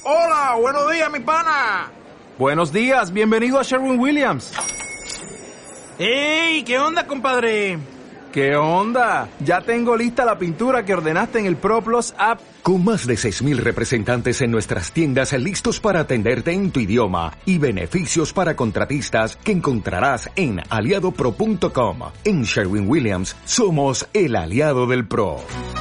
Hola, buenos días, mi pana. Buenos días, bienvenido a Sherwin-Williams. ¡Ey! ¿Qué onda, compadre? ¿Qué onda? Ya tengo lista la pintura que ordenaste en el ProPlus app. Con más de 6,000 representantes en nuestras tiendas listos para atenderte en tu idioma y beneficios para contratistas que encontrarás en aliadopro.com. En Sherwin-Williams somos el aliado del pro.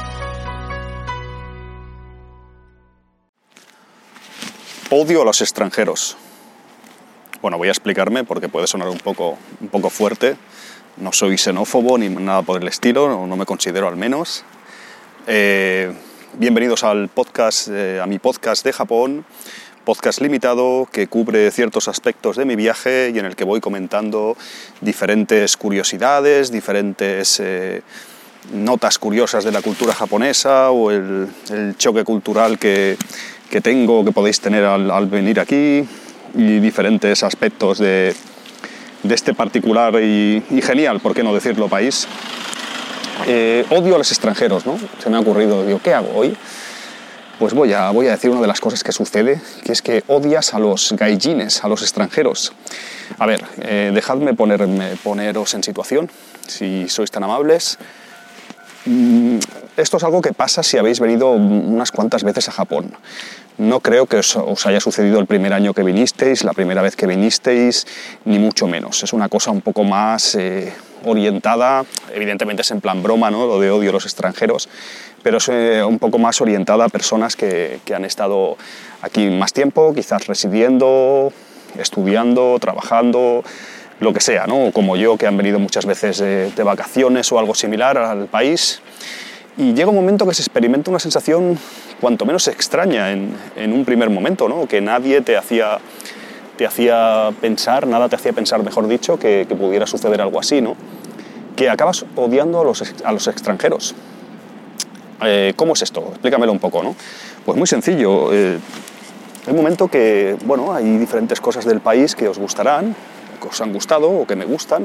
Odio a los extranjeros. Bueno, voy a explicarme porque puede sonar un poco fuerte. No soy xenófobo ni nada por el estilo, no me considero al menos. Bienvenidos al podcast, a mi podcast de Japón, podcast limitado que cubre ciertos aspectos de mi viaje y en el que voy comentando diferentes curiosidades, diferentes notas curiosas de la cultura japonesa o el choque cultural que tengo, que podéis tener al venir aquí, y diferentes aspectos de este particular y genial, por qué no decirlo, país. Odio a los extranjeros, ¿no? Se me ha ocurrido, digo, ¿qué hago hoy? Pues voy a decir una de las cosas que sucede, que es que odias a los gaijines, a los extranjeros. A ver, dejadme poneros en situación, si sois tan amables. Esto es algo que pasa si habéis venido unas cuantas veces a Japón. No creo que os haya sucedido el primer año que vinisteis, la primera vez que vinisteis, ni mucho menos. Es una cosa un poco más orientada, evidentemente es en plan broma, ¿no? Lo de odio a los extranjeros, pero es un poco más orientada a personas que han estado aquí más tiempo, quizás residiendo, estudiando, trabajando, lo que sea, ¿no? Como yo, que han venido muchas veces de vacaciones o algo similar al país. Y llega un momento que se experimenta una sensación cuanto menos extraña en un primer momento, ¿no? Que nadie te hacía pensar, nada te hacía pensar, mejor dicho, que pudiera suceder algo así, ¿no? Que acabas odiando a los extranjeros. ¿Cómo es esto? Explícamelo un poco, ¿no? Pues muy sencillo. Hay un momento que, bueno, hay diferentes cosas del país que os gustarán, que os han gustado o que me gustan.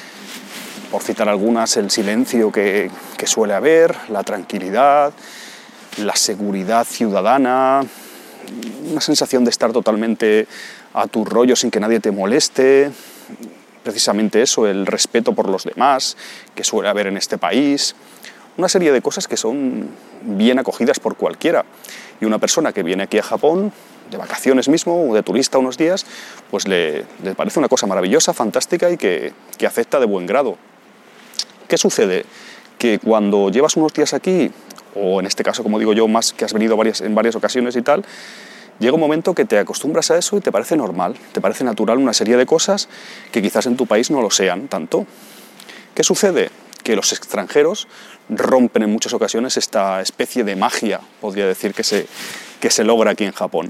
Por citar algunas, el silencio que suele haber, la tranquilidad, la seguridad ciudadana, una sensación de estar totalmente a tu rollo sin que nadie te moleste, precisamente eso, el respeto por los demás que suele haber en este país, una serie de cosas que son bien acogidas por cualquiera. Y una persona que viene aquí a Japón, de vacaciones mismo, o de turista unos días, pues le parece una cosa maravillosa, fantástica y que acepta de buen grado. ¿Qué sucede? Que cuando llevas unos días aquí, o en este caso, como digo yo, más que has venido en varias ocasiones y tal, llega un momento que te acostumbras a eso y te parece normal, te parece natural una serie de cosas que quizás en tu país no lo sean tanto. ¿Qué sucede? Que los extranjeros rompen en muchas ocasiones esta especie de magia, podría decir, que se logra aquí en Japón.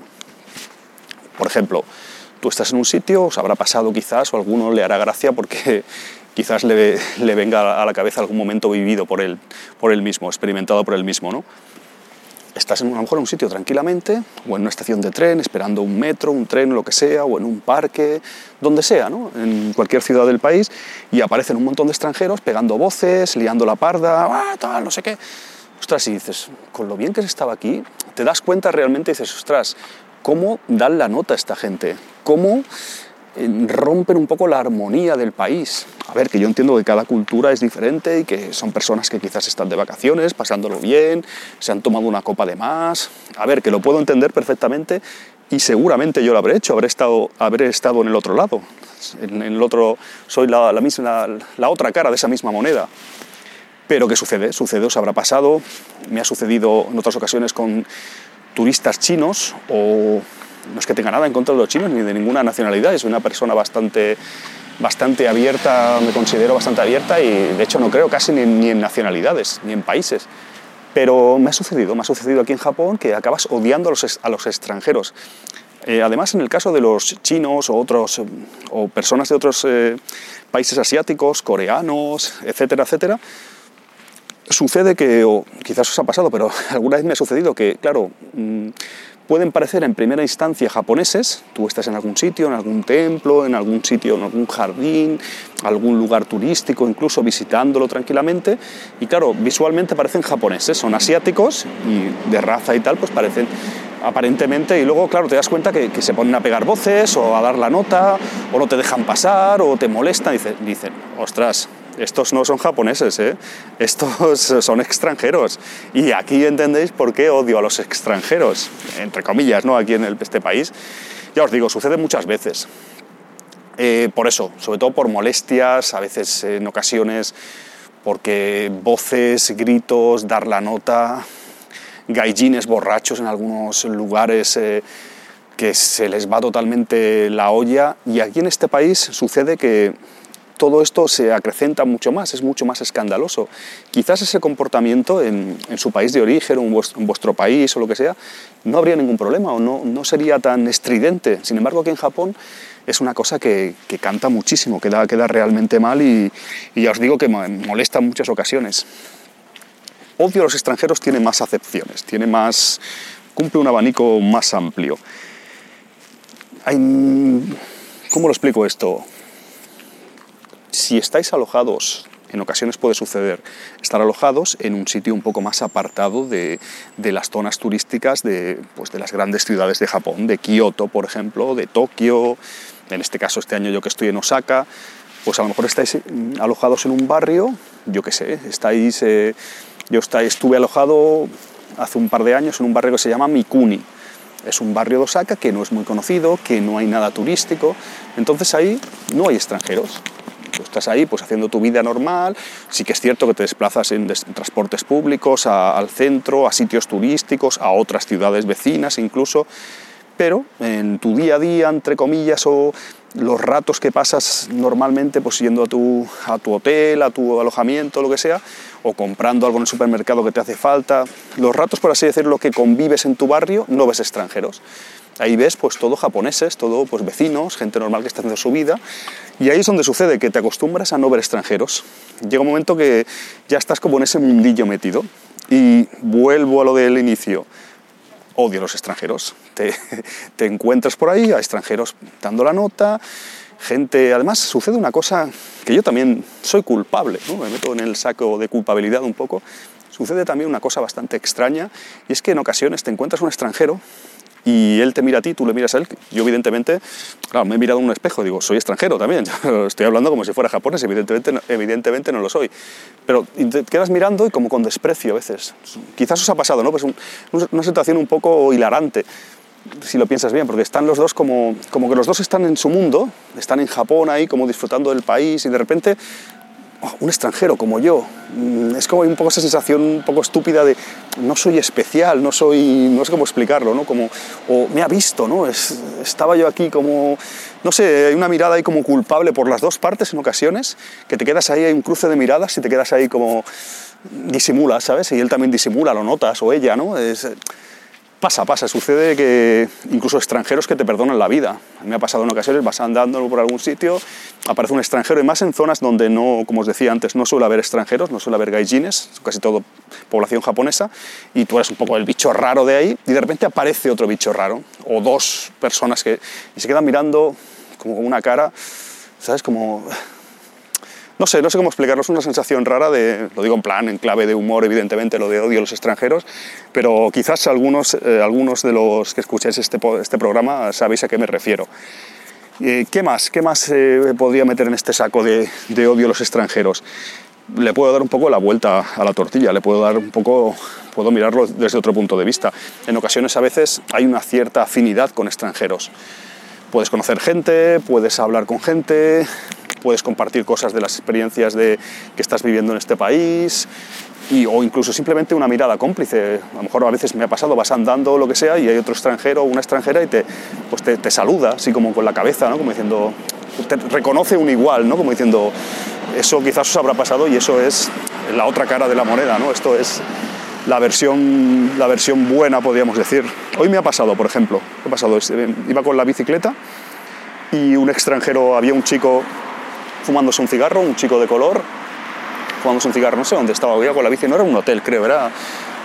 Por ejemplo, tú estás en un sitio, os habrá pasado quizás, o a alguno le hará gracia porque quizás le venga a la cabeza algún momento vivido por él mismo, experimentado por él mismo, ¿no? Estás a lo mejor en un sitio tranquilamente, o en una estación de tren, esperando un metro, un tren, lo que sea, o en un parque, donde sea, ¿no? En cualquier ciudad del país, y aparecen un montón de extranjeros pegando voces, liando la parda, tal, no sé qué. Ostras, y dices, con lo bien que se estaba aquí, te das cuenta realmente y dices, ostras, ¿cómo dan la nota a esta gente? ¿Cómo rompen un poco la armonía del país? A ver, que yo entiendo que cada cultura es diferente y que son personas que quizás están de vacaciones, pasándolo bien, se han tomado una copa de más. A ver, que lo puedo entender perfectamente y seguramente yo lo habré hecho, habré estado en el otro lado. En el otro, soy la otra cara de esa misma moneda. Pero ¿qué sucede? Os habrá pasado, me ha sucedido en otras ocasiones con turistas chinos, o no es que tenga nada en contra de los chinos ni de ninguna nacionalidad, soy una persona bastante abierta, me considero bastante abierta y de hecho no creo casi ni en nacionalidades, ni en países. Pero me ha sucedido aquí en Japón que acabas odiando a los extranjeros. Además, en el caso de los chinos o personas de otros países asiáticos, coreanos, etcétera, etcétera, sucede que, o quizás os ha pasado, pero alguna vez me ha sucedido que, claro, pueden parecer en primera instancia japoneses. Tú estás en algún sitio, en algún templo, en algún sitio, en algún jardín, algún lugar turístico, incluso visitándolo tranquilamente, y claro, visualmente parecen japoneses, son asiáticos y de raza y tal, pues parecen aparentemente, y luego claro, te das cuenta que se ponen a pegar voces o a dar la nota, o no te dejan pasar, o te molestan, y dicen, ostras, estos no son japoneses, estos son extranjeros. Y aquí entendéis por qué odio a los extranjeros, entre comillas, ¿no? Aquí en este país. Ya os digo, sucede muchas veces. Por eso, sobre todo por molestias, a veces en ocasiones porque voces, gritos, dar la nota, gaijines borrachos en algunos lugares que se les va totalmente la olla. Y aquí en este país sucede que todo esto se acrecenta mucho más, es mucho más escandaloso. Quizás ese comportamiento en su país de origen o en vuestro país o lo que sea, no habría ningún problema o no sería tan estridente. Sin embargo, aquí en Japón es una cosa que canta muchísimo, queda realmente mal y ya os digo que me molesta en muchas ocasiones. Odio a los extranjeros tiene más acepciones, cumple un abanico más amplio. ¿Cómo lo explico esto? Si estáis alojados, en ocasiones puede suceder, estar alojados en un sitio un poco más apartado de las zonas turísticas de las grandes ciudades de Japón, de Kioto, por ejemplo, de Tokio, en este caso este año yo que estoy en Osaka, pues a lo mejor estáis alojados en un barrio, yo qué sé, estuve alojado hace un par de años en un barrio que se llama Mikuni. Es un barrio de Osaka que no es muy conocido, que no hay nada turístico, entonces ahí no hay extranjeros. Tú estás ahí pues haciendo tu vida normal, sí que es cierto que te desplazas en transportes públicos al centro, a sitios turísticos, a otras ciudades vecinas incluso, pero en tu día a día, entre comillas, o los ratos que pasas normalmente pues yendo a tu hotel, a tu alojamiento, lo que sea, o comprando algo en el supermercado que te hace falta, los ratos, por así decirlo, que convives en tu barrio, no ves extranjeros. Ahí ves pues todo japoneses, todo pues vecinos, gente normal que está haciendo su vida, y ahí es donde sucede que te acostumbras a no ver extranjeros. Llega un momento que ya estás como en ese mundillo metido, y vuelvo a lo del inicio. Odio a los extranjeros. Te encuentras por ahí a extranjeros dando la nota, gente... Además, sucede una cosa que yo también soy culpable, ¿no? Me meto en el saco de culpabilidad un poco. Sucede también una cosa bastante extraña, y es que en ocasiones te encuentras un extranjero y él te mira a ti, tú le miras a él. Yo, evidentemente, claro, me he mirado en un espejo y digo, soy extranjero también. Yo estoy hablando como si fuera japonés, evidentemente no lo soy. Pero te quedas mirando y como con desprecio a veces. Quizás os ha pasado, ¿no? Pues una situación un poco hilarante, si lo piensas bien, porque están los dos como que los dos están en su mundo, están en Japón ahí como disfrutando del país, y de repente... un extranjero como yo, es como un poco esa sensación un poco estúpida de no soy especial, no sé cómo explicarlo, ¿no? O me ha visto, ¿no? Estaba yo aquí como, no sé, hay una mirada ahí como culpable por las dos partes en ocasiones, que te quedas ahí, hay un cruce de miradas y te quedas ahí como disimulas, ¿sabes? Y él también disimula, lo notas, o ella, ¿no? Pasa, sucede que incluso extranjeros que te perdonan la vida. Me ha pasado en ocasiones, vas andando por algún sitio, aparece un extranjero, y más en zonas donde no, como os decía antes, no suele haber extranjeros, no suele haber gaijines, casi todo población japonesa, y tú eres un poco el bicho raro de ahí, y de repente aparece otro bicho raro, o dos personas y se quedan mirando como con una cara, ¿sabes? Como... No sé cómo explicarlo, es una sensación rara lo digo en clave de humor, evidentemente, lo de odio a los extranjeros, pero quizás algunos de los que escucháis este programa sabéis a qué me refiero. ¿Qué más podría meter en este saco de odio a los extranjeros? Le puedo dar un poco la vuelta a la tortilla, puedo mirarlo desde otro punto de vista. En ocasiones, a veces, hay una cierta afinidad con extranjeros. Puedes conocer gente, puedes hablar con gente, puedes compartir cosas de las experiencias que estás viviendo en este país, o incluso simplemente una mirada cómplice. A lo mejor a veces me ha pasado, vas andando o lo que sea y hay otro extranjero o una extranjera y te saluda, así como con la cabeza, ¿no? Como diciendo, te reconoce un igual, ¿no? Como diciendo, eso quizás os habrá pasado y eso es la otra cara de la moneda, ¿no? Esto es la versión buena, podríamos decir. Hoy me ha pasado, por ejemplo, iba con la bicicleta y un extranjero, había un chico fumándose un cigarro, un chico de color, fumándose un cigarro, no sé dónde estaba, iba con la bici, no era un hotel, creo, era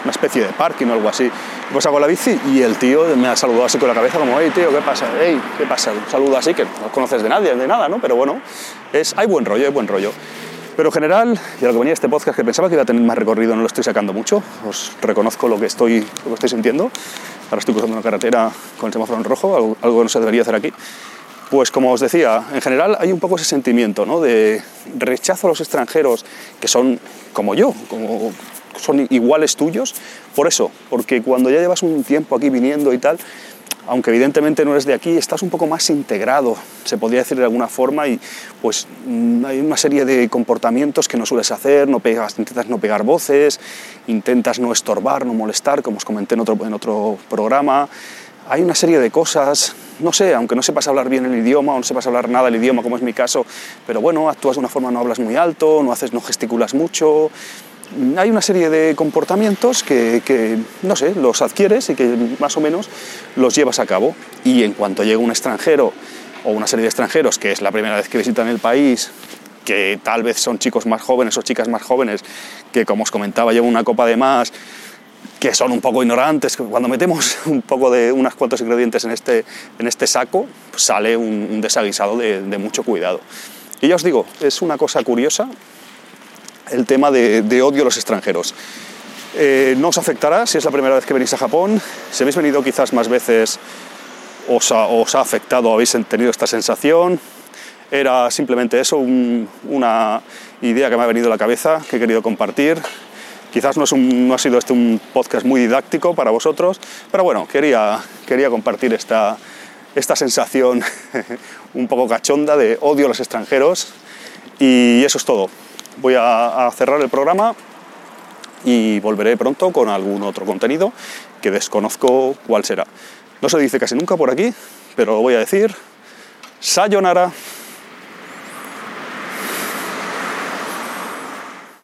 una especie de parking o algo así. Pues hago la bici y el tío me ha saludado así con la cabeza como, hey tío, ¿qué pasa? Hey, ¿qué pasa? Un saludo así que no conoces de nadie, de nada, ¿no? Pero bueno, hay buen rollo, hay buen rollo. Pero en general, y a lo que venía este podcast, que pensaba que iba a tener más recorrido, no lo estoy sacando mucho, os reconozco lo que estoy sintiendo. Ahora estoy cruzando una carretera con el semáforo en rojo, algo que no se debería hacer aquí. Pues como os decía, en general hay un poco ese sentimiento, ¿no?, de rechazo a los extranjeros que son como yo, como son iguales tuyos, por eso, porque cuando ya llevas un tiempo aquí viniendo y tal, aunque evidentemente no eres de aquí, estás un poco más integrado, se podría decir de alguna forma, y pues hay una serie de comportamientos que no sueles hacer, intentas no pegar voces, intentas no estorbar, no molestar, como os comenté en otro programa. Hay una serie de cosas, no sé, aunque no sepas hablar bien el idioma o no sepas hablar nada el idioma, como es mi caso, pero bueno, actúas de una forma, no hablas muy alto, no gesticulas mucho. Hay una serie de comportamientos que, no sé, los adquieres y que más o menos los llevas a cabo. Y en cuanto llega un extranjero o una serie de extranjeros, que es la primera vez que visitan el país, que tal vez son chicos más jóvenes o chicas más jóvenes, que como os comentaba llevan una copa de más, que son un poco ignorantes, que cuando metemos un poco de unos cuantos ingredientes en este saco, pues sale un desaguisado de mucho cuidado. Y ya os digo, es una cosa curiosa el tema de odio a los extranjeros. No os afectará si es la primera vez que venís a Japón. Si habéis venido quizás más veces, os ha afectado, habéis tenido esta sensación. Era simplemente eso, una idea que me ha venido a la cabeza, que he querido compartir. Quizás no ha sido un podcast muy didáctico para vosotros, pero bueno, quería compartir esta sensación un poco cachonda de odio a los extranjeros, y eso es todo. Voy a cerrar el programa y volveré pronto con algún otro contenido que desconozco cuál será. No se dice casi nunca por aquí, pero lo voy a decir. Sayonara.